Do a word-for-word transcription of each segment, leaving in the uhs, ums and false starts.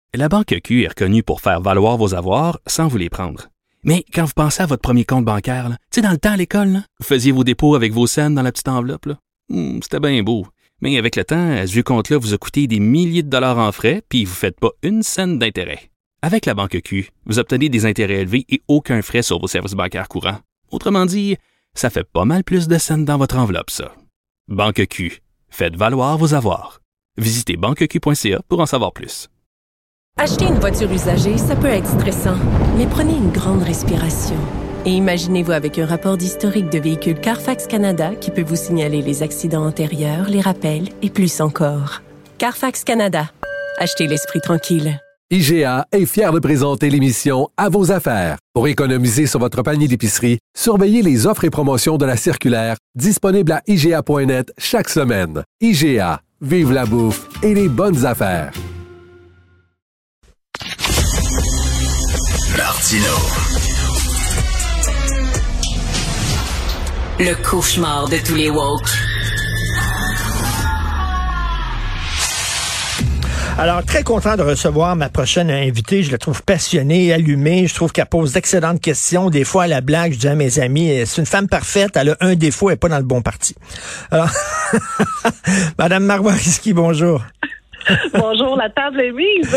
La Banque Q est reconnue pour faire valoir vos avoirs sans vous les prendre. Mais quand vous pensez à votre premier compte bancaire, tu sais, dans le temps à l'école, là, vous faisiez vos dépôts avec vos scènes dans la petite enveloppe. Là. Hum, c'était bien beau. Mais avec le temps, ce vieux compte-là vous a coûté des milliers de dollars en frais, puis vous ne faites pas une scène d'intérêt. Avec la Banque Q, vous obtenez des intérêts élevés et aucun frais sur vos services bancaires courants. Autrement dit, ça fait pas mal plus de scènes dans votre enveloppe, ça. Banque Q. Faites valoir vos avoirs. Visitez banque q point c a pour en savoir plus. Acheter une voiture usagée, ça peut être stressant, mais prenez une grande respiration. Et imaginez-vous avec un rapport d'historique de véhicule Carfax Canada qui peut vous signaler les accidents antérieurs, les rappels et plus encore. Carfax Canada. Achetez l'esprit tranquille. I G A est fier de présenter l'émission À vos affaires. Pour économiser sur votre panier d'épicerie, surveillez les offres et promotions de la circulaire disponible à I G A point net chaque semaine. I G A. Vive la bouffe et les bonnes affaires. Martino. Le cauchemar de tous les woke. Alors, très content de recevoir ma prochaine invitée. Je la trouve passionnée, allumée. Je trouve qu'elle pose d'excellentes questions. Des fois, à la blague, je dis à mes amis, c'est une femme parfaite. Elle a un défaut, elle n'est pas dans le bon parti. Alors, Madame Marois Risky, bonjour. Bonjour, la table est mise.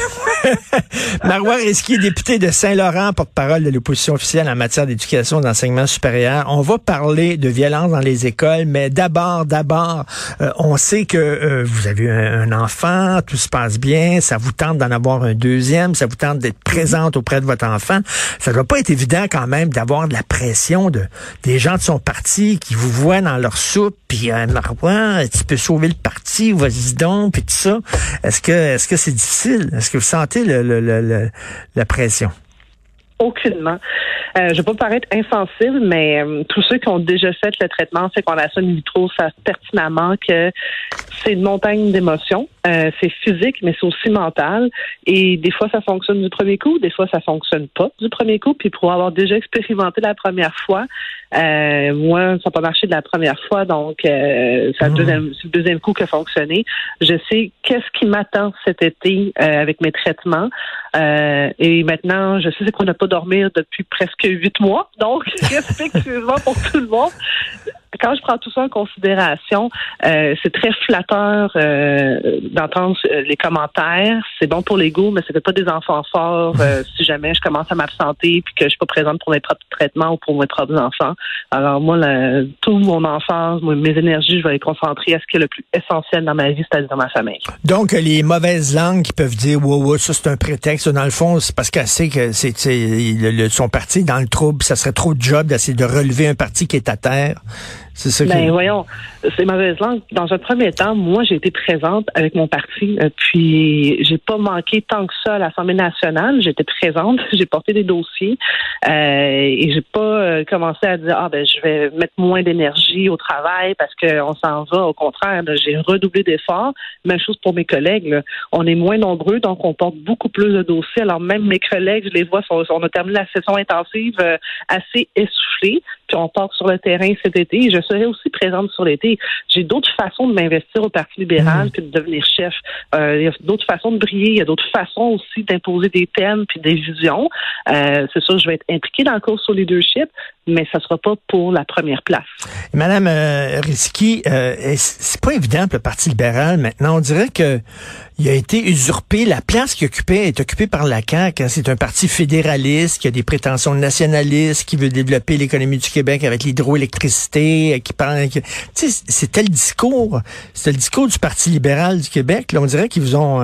Marois Risky, députée de Saint-Laurent, porte-parole de l'opposition officielle en matière d'éducation et d'enseignement supérieur. On va parler de violence dans les écoles, mais d'abord, d'abord, euh, on sait que euh, vous avez un, un enfant, tout se passe bien, ça vous tente d'en avoir un deuxième, ça vous tente d'être présente auprès de votre enfant. Ça doit pas être évident quand même d'avoir de la pression de des gens de son parti qui vous voient dans leur soupe, puis euh, Marois, tu peux sauver le parti, vas-y donc, puis tout ça. Est-ce que est-ce que c'est difficile? Est-ce que vous sentez le, le, le, le, la pression? Aucunement. Euh, je ne vais pas paraître insensible, mais euh, tous ceux qui ont déjà fait le traitement fécondation in vitro savent pertinemment que c'est une montagne d'émotions. Euh, c'est physique, mais c'est aussi mental. Et des fois, ça fonctionne du premier coup, des fois, ça fonctionne pas du premier coup. Puis pour avoir déjà expérimenté la première fois, euh, moi, ça n'a pas marché de la première fois, donc euh, c'est, mmh. le deuxième, c'est le deuxième coup qui a fonctionné. Je sais qu'est-ce qui m'attend cet été euh, avec mes traitements. Euh, et maintenant, je sais qu'on n'a pas dormi depuis presque huit mois, donc respectueusement pour tout le monde. Quand je prends tout ça en considération, euh, c'est très flatteur euh, d'entendre euh, les commentaires. C'est bon pour l'ego, mais ça fait pas des enfants forts euh, si jamais je commence à m'absenter puis que je suis pas présente pour mes propres traitements ou pour mes propres enfants. Alors moi, la, toute mon enfance, moi, mes énergies, je vais les concentrer à ce qui est le plus essentiel dans ma vie, c'est-à-dire dans ma famille. Donc, les mauvaises langues qui peuvent dire « wow, wow, ça c'est un prétexte », dans le fond, c'est parce qu'elle sait que c'est, c'est le, le, son parti dans le trouble, ça serait trop de job d'essayer de relever un parti qui est à terre. C'est ça ben, qui... voyons, c'est mauvaise langue. Dans un premier temps, moi, j'ai été présente avec mon parti, euh, puis j'ai pas manqué tant que ça à l'Assemblée nationale. J'étais présente, j'ai porté des dossiers, euh, et j'ai pas euh, commencé à dire, ah, ben, je vais mettre moins d'énergie au travail parce qu'on s'en va. Au contraire, là, j'ai redoublé d'efforts. Même chose pour mes collègues, là. On est moins nombreux, donc on porte beaucoup plus de dossiers. Alors, même mes collègues, je les vois, sont, on a terminé la session intensive euh, assez essoufflée, puis on part sur le terrain cet été. Je serai aussi présente sur l'été. J'ai d'autres façons de m'investir au Parti libéral mmh. que de devenir chef. Euh, il y a d'autres façons de briller. Il y a d'autres façons aussi d'imposer des thèmes puis des visions. Euh, c'est sûr, je vais être impliquée dans le cours sur leadership, mais ça sera pas pour la première place. Madame euh, Risky, euh, c'est pas évident pour le Parti libéral maintenant. On dirait que il a été usurpé. La place qu'il occupait est occupée par la C A Q. Hein. C'est un parti fédéraliste qui a des prétentions nationalistes, qui veut développer l'économie du Québec avec l'hydroélectricité, qui parle... Tu sais, c'était le discours. C'était le discours du Parti libéral du Québec. Là, on dirait qu'ils vous ont... Euh,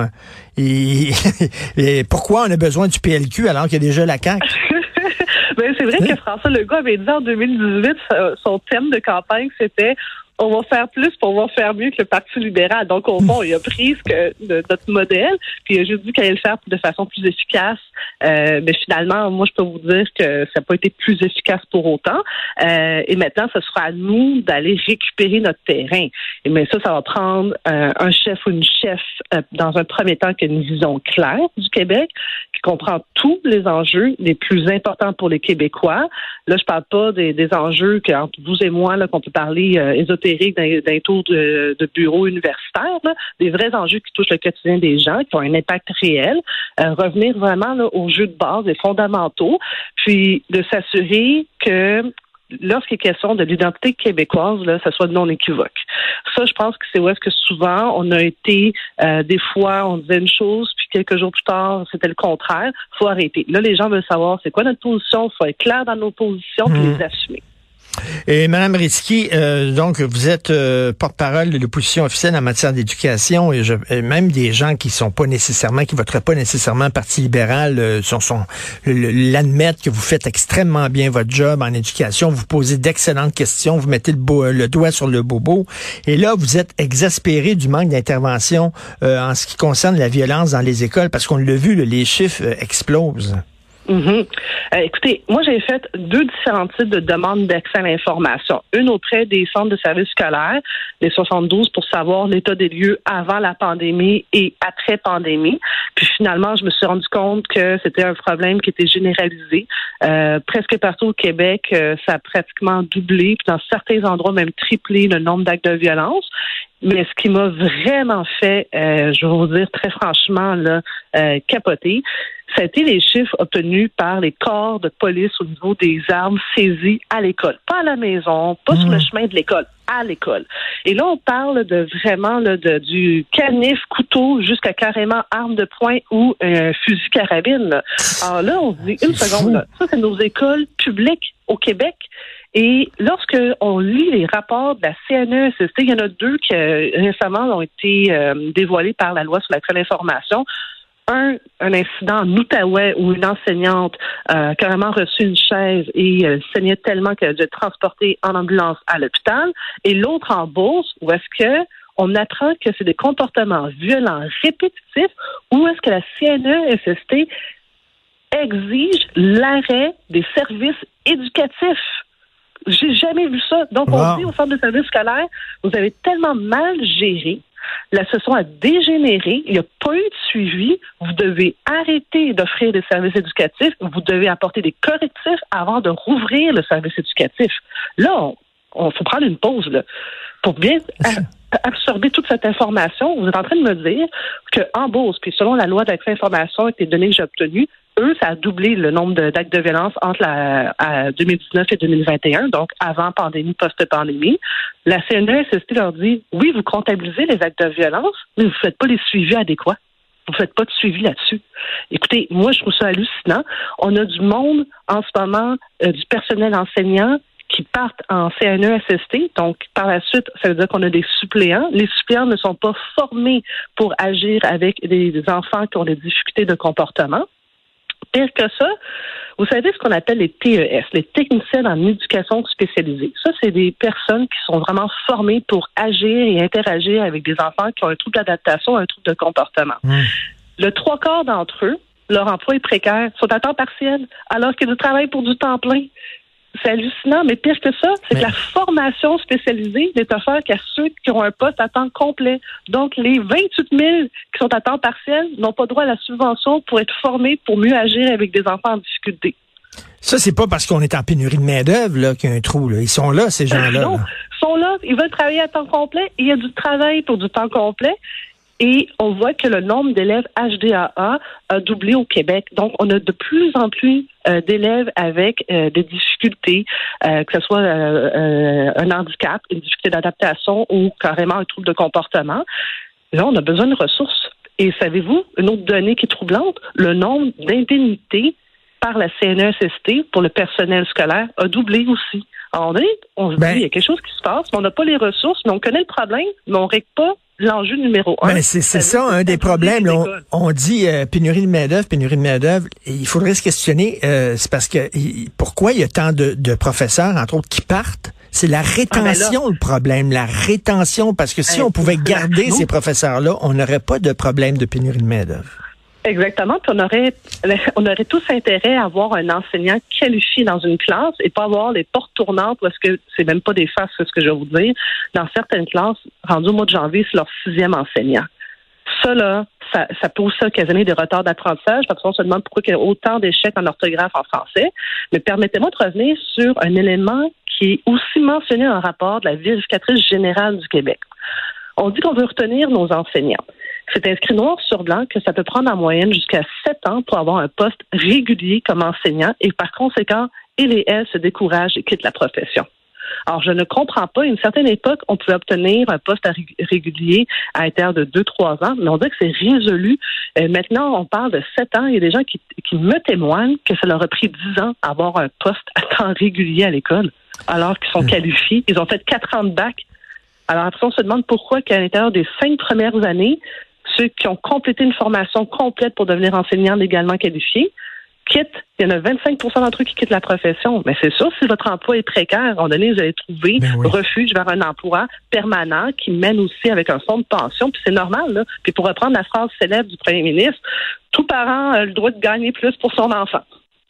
et, et pourquoi on a besoin du P L Q alors qu'il y a déjà la C A Q? Ben, c'est vrai que François Legault avait dit en deux mille dix-huit, son thème de campagne, c'était on va faire plus pour on va faire mieux que le Parti libéral. Donc, au fond, il a pris ce que, de, notre modèle, puis il a juste dit qu'il allait le faire de façon plus efficace. Euh, mais finalement, moi, je peux vous dire que ça n'a pas été plus efficace pour autant. Euh, et maintenant, ce sera à nous d'aller récupérer notre terrain. Et mais ça, ça va prendre euh, un chef ou une chef, euh, dans un premier temps, qui a une vision claire du Québec, puis comprend tous les enjeux les plus importants pour les Québécois. Là, je parle pas des, des enjeux qu'entre vous et moi, là, qu'on peut parler euh, ésotérique d'un, d'un tour de, de bureau universitaire, là, des vrais enjeux qui touchent le quotidien des gens, qui ont un impact réel. Euh, revenir vraiment là, aux jeux de base, les fondamentaux, puis de s'assurer que lorsqu'il est question de l'identité québécoise, là, ça soit non équivoque. Ça, je pense que c'est où est-ce que souvent on a été, euh, des fois, on disait une chose, puis quelques jours plus tard, c'était le contraire. Faut arrêter. Là, les gens veulent savoir c'est quoi notre position. Faut être clair dans nos positions, puis mmh. les assumer. Et Mme Ritsky, euh, donc vous êtes euh, porte-parole de l'opposition officielle en matière d'éducation et, je, et même des gens qui sont pas nécessairement, qui voteraient pas nécessairement Parti libéral, euh, sont, sont l'admettent que vous faites extrêmement bien votre job en éducation, vous posez d'excellentes questions, vous mettez le, beau, le doigt sur le bobo, et là vous êtes exaspéré du manque d'intervention euh, en ce qui concerne la violence dans les écoles, parce qu'on l'a vu, là, les chiffres euh, explosent. Mm-hmm. Euh, écoutez, moi j'ai fait deux différents types de demandes d'accès à l'information. Une auprès des centres de services scolaires, les soixante-douze, pour savoir l'état des lieux avant la pandémie et après pandémie. Puis finalement, je me suis rendu compte que c'était un problème qui était généralisé. Euh, presque partout au Québec, euh, ça a pratiquement doublé, puis dans certains endroits même triplé le nombre d'actes de violence. Mais ce qui m'a vraiment fait, euh, je vais vous dire très franchement, là, euh, capoter, ça a été les chiffres obtenus par les corps de police au niveau des armes saisies à l'école. Pas à la maison, pas mmh. sur le chemin de l'école, à l'école. Et là, on parle de vraiment là, de, du canif, couteau, jusqu'à carrément arme de poing ou un euh, fusil carabine. Là. Alors là, on se dit, une seconde, là, ça, c'est nos écoles publiques au Québec. Et lorsque on lit les rapports de la C N E S S T, il y en a deux qui euh, récemment ont été euh, dévoilés par la loi sur l'accès à l'information. Un, un incident en Outaouais où une enseignante a euh, carrément reçu une chaise et euh, saignait tellement qu'elle a dû être transportée en ambulance à l'hôpital. Et l'autre en Beauce, où est-ce que on apprend que c'est des comportements violents répétitifs, où est-ce que la C N E S S T exige l'arrêt des services éducatifs. J'ai jamais vu ça. Donc, wow. on dit au centre de services scolaires, vous avez tellement mal géré, la session a dégénéré, il n'y a pas eu de suivi, vous devez arrêter d'offrir des services éducatifs, vous devez apporter des correctifs avant de rouvrir le service éducatif. Là, on, on faut prendre une pause, là, pour bien a- absorber toute cette information. Vous êtes en train de me dire qu'en Beauce, puis selon la loi d'accès à l'information avec les données que j'ai obtenues, eux, ça a doublé le nombre de, d'actes de violence entre la, à deux mille dix-neuf et deux mille vingt et un, donc avant pandémie, post-pandémie. La C N E S S T leur dit, oui, vous comptabilisez les actes de violence, mais vous ne faites pas les suivis adéquats. Vous ne faites pas de suivi là-dessus. Écoutez, moi, je trouve ça hallucinant. On a du monde, en ce moment, euh, du personnel enseignant qui partent en C N E S S T. Donc, par la suite, ça veut dire qu'on a des suppléants. Les suppléants ne sont pas formés pour agir avec des, des enfants qui ont des difficultés de comportement. Pire que ça, vous savez ce qu'on appelle les T E S, les techniciens en éducation spécialisée. Ça, c'est des personnes qui sont vraiment formées pour agir et interagir avec des enfants qui ont un trouble d'adaptation, un trouble de comportement. Mmh. Le trois quarts d'entre eux, leur emploi est précaire, sont à temps partiel, alors qu'ils travaillent pour du temps plein. C'est hallucinant, mais pire que ça, c'est mais... que la formation spécialisée n'est offerte qu'à ceux qui ont un poste à temps complet. Donc, les vingt-huit mille qui sont à temps partiel n'ont pas droit à la subvention pour être formés pour mieux agir avec des enfants en difficulté. Ça, c'est pas parce qu'on est en pénurie de main-d'œuvre là, qu'il y a un trou. Là. Ils sont là, ces gens-là. Non, ils sont là, ils veulent travailler à temps complet. Et il y a du travail pour du temps complet. Et on voit que le nombre d'élèves H D A A a doublé au Québec. Donc, on a de plus en plus euh, d'élèves avec euh, des difficultés, euh, que ce soit euh, euh, un handicap, une difficulté d'adaptation ou carrément un trouble de comportement. Là, on a besoin de ressources. Et savez-vous, une autre donnée qui est troublante, le nombre d'indemnités par la C N E S S T pour le personnel scolaire a doublé aussi. Alors, on se dit, ben, il y a quelque chose qui se passe, mais on n'a pas les ressources, mais on connaît le problème, mais on ne règle pas l'enjeu numéro un. Ben c'est, c'est ça, un des problèmes. Là, on, on dit euh, pénurie de main-d'œuvre, pénurie de main-d'œuvre. Il faudrait se questionner, euh, c'est parce que il, pourquoi il y a tant de, de professeurs, entre autres, qui partent? C'est la rétention, ah, le problème, la rétention, parce que si euh, on pouvait garder ces professeurs-là, on n'aurait pas de problème de pénurie de main-d'œuvre. Exactement. Puis on aurait, on aurait tous intérêt à avoir un enseignant qualifié dans une classe et pas avoir les portes tournantes parce que c'est même pas des faces, c'est ce que je vais vous dire. Dans certaines classes, rendues au mois de janvier, c'est leur sixième enseignant. Ça, ça, là, ça, ça peut aussi occasionner des retards d'apprentissage, parce qu'on se demande pourquoi il y a autant d'échecs en orthographe en français. Mais permettez-moi de revenir sur un élément qui est aussi mentionné dans le rapport de la vérificatrice générale du Québec. On dit qu'on veut retenir nos enseignants. C'est inscrit noir sur blanc que ça peut prendre en moyenne jusqu'à sept ans pour avoir un poste régulier comme enseignant et par conséquent, ils et elles se découragent et quittent la profession. Alors, je ne comprends pas. À une certaine époque, on pouvait obtenir un poste régulier à l'intérieur de deux, trois ans, mais on dit que c'est résolu. Euh, maintenant, on parle de sept ans. Il y a des gens qui, qui me témoignent que ça leur a pris dix ans d'avoir un poste à temps régulier à l'école, alors qu'ils sont qualifiés. Ils ont fait quatre ans de bac. Alors, après, on se demande pourquoi qu'à l'intérieur des cinq premières années, ceux qui ont complété une formation complète pour devenir enseignants légalement qualifiés quittent. Il y en a vingt-cinq pour cent d'entre eux qui quittent la profession. Mais c'est sûr, si votre emploi est précaire, à un moment donné, vous allez trouver oui. refuge vers un emploi permanent qui mène aussi avec un fonds de pension. Puis c'est normal, là. Puis pour reprendre la phrase célèbre du premier ministre, tout parent a le droit de gagner plus pour son enfant.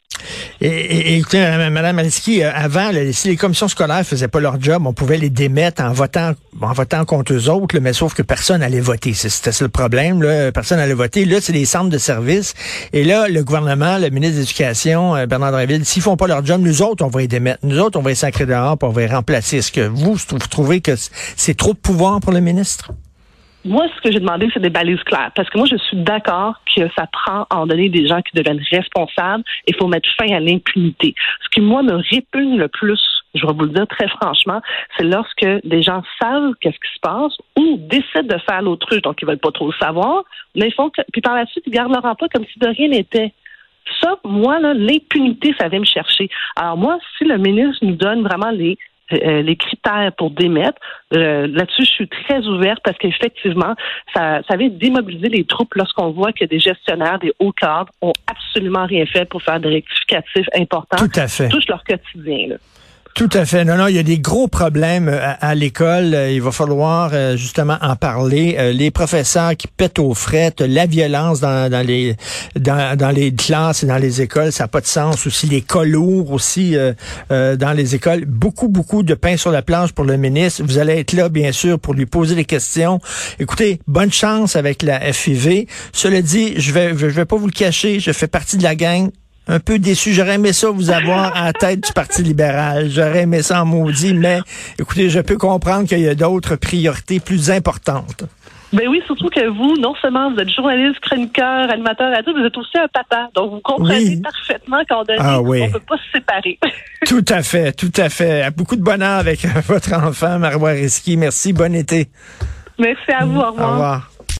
Et, et, écoutez, Mme Maliski, avant, là, si les commissions scolaires faisaient pas leur job, on pouvait les démettre en votant en votant contre eux autres, là, mais sauf que personne allait voter. C'était ça le problème, là. Personne allait voter. Là, c'est des centres de services. Et là, le gouvernement, le ministre de l'Éducation, Bernard Drinville, s'ils font pas leur job, nous autres, on va les démettre. Nous autres, on va les sacrer dehors pour on va les remplacer. Est-ce que vous, vous trouvez que c'est trop de pouvoir pour le ministre? Moi, ce que j'ai demandé, c'est des balises claires. Parce que moi, je suis d'accord que ça prend à en donner des gens qui deviennent responsables et il faut mettre fin à l'impunité. Ce qui, moi, me répugne le plus, je vais vous le dire très franchement, c'est lorsque des gens savent qu'est-ce qui se passe ou décident de faire l'autruche, donc ils veulent pas trop le savoir, mais ils font que, puis par la suite, ils gardent leur emploi comme si de rien n'était. Ça, moi, là, l'impunité, ça vient me chercher. Alors moi, si le ministre nous donne vraiment les Euh, les critères pour démettre. Euh, là-dessus, je suis très ouverte parce qu'effectivement, ça, ça vient démobiliser les troupes lorsqu'on voit que des gestionnaires, des hauts cadres ont absolument rien fait pour faire des rectificatifs importants. Tout à fait. Touche leur quotidien, là. Tout à fait. Non, non, il y a des gros problèmes à, à l'école. Il va falloir euh, justement en parler. Euh, les professeurs qui pètent aux frettes, la violence dans, dans les dans, dans les classes et dans les écoles, ça n'a pas de sens. Aussi les cas lourds aussi euh, euh, dans les écoles. Beaucoup, beaucoup de pain sur la planche pour le ministre. Vous allez être là, bien sûr, pour lui poser des questions. Écoutez, bonne chance avec la F I V. Cela dit, je vais je vais pas vous le cacher, je fais partie de la gang un peu déçu. J'aurais aimé ça vous avoir à la tête du Parti libéral. J'aurais aimé ça en maudit, mais écoutez, je peux comprendre qu'il y a d'autres priorités plus importantes. Ben oui, surtout que vous, non seulement vous êtes journaliste, chroniqueur, animateur à tout, vous êtes aussi un papa. Donc vous comprenez oui. parfaitement qu'en donné, ah oui. on peut pas se séparer. Tout à fait, tout à fait. Beaucoup de bonheur avec votre enfant, Marois Risky. Merci, bon été. Merci à vous, au revoir. Au revoir.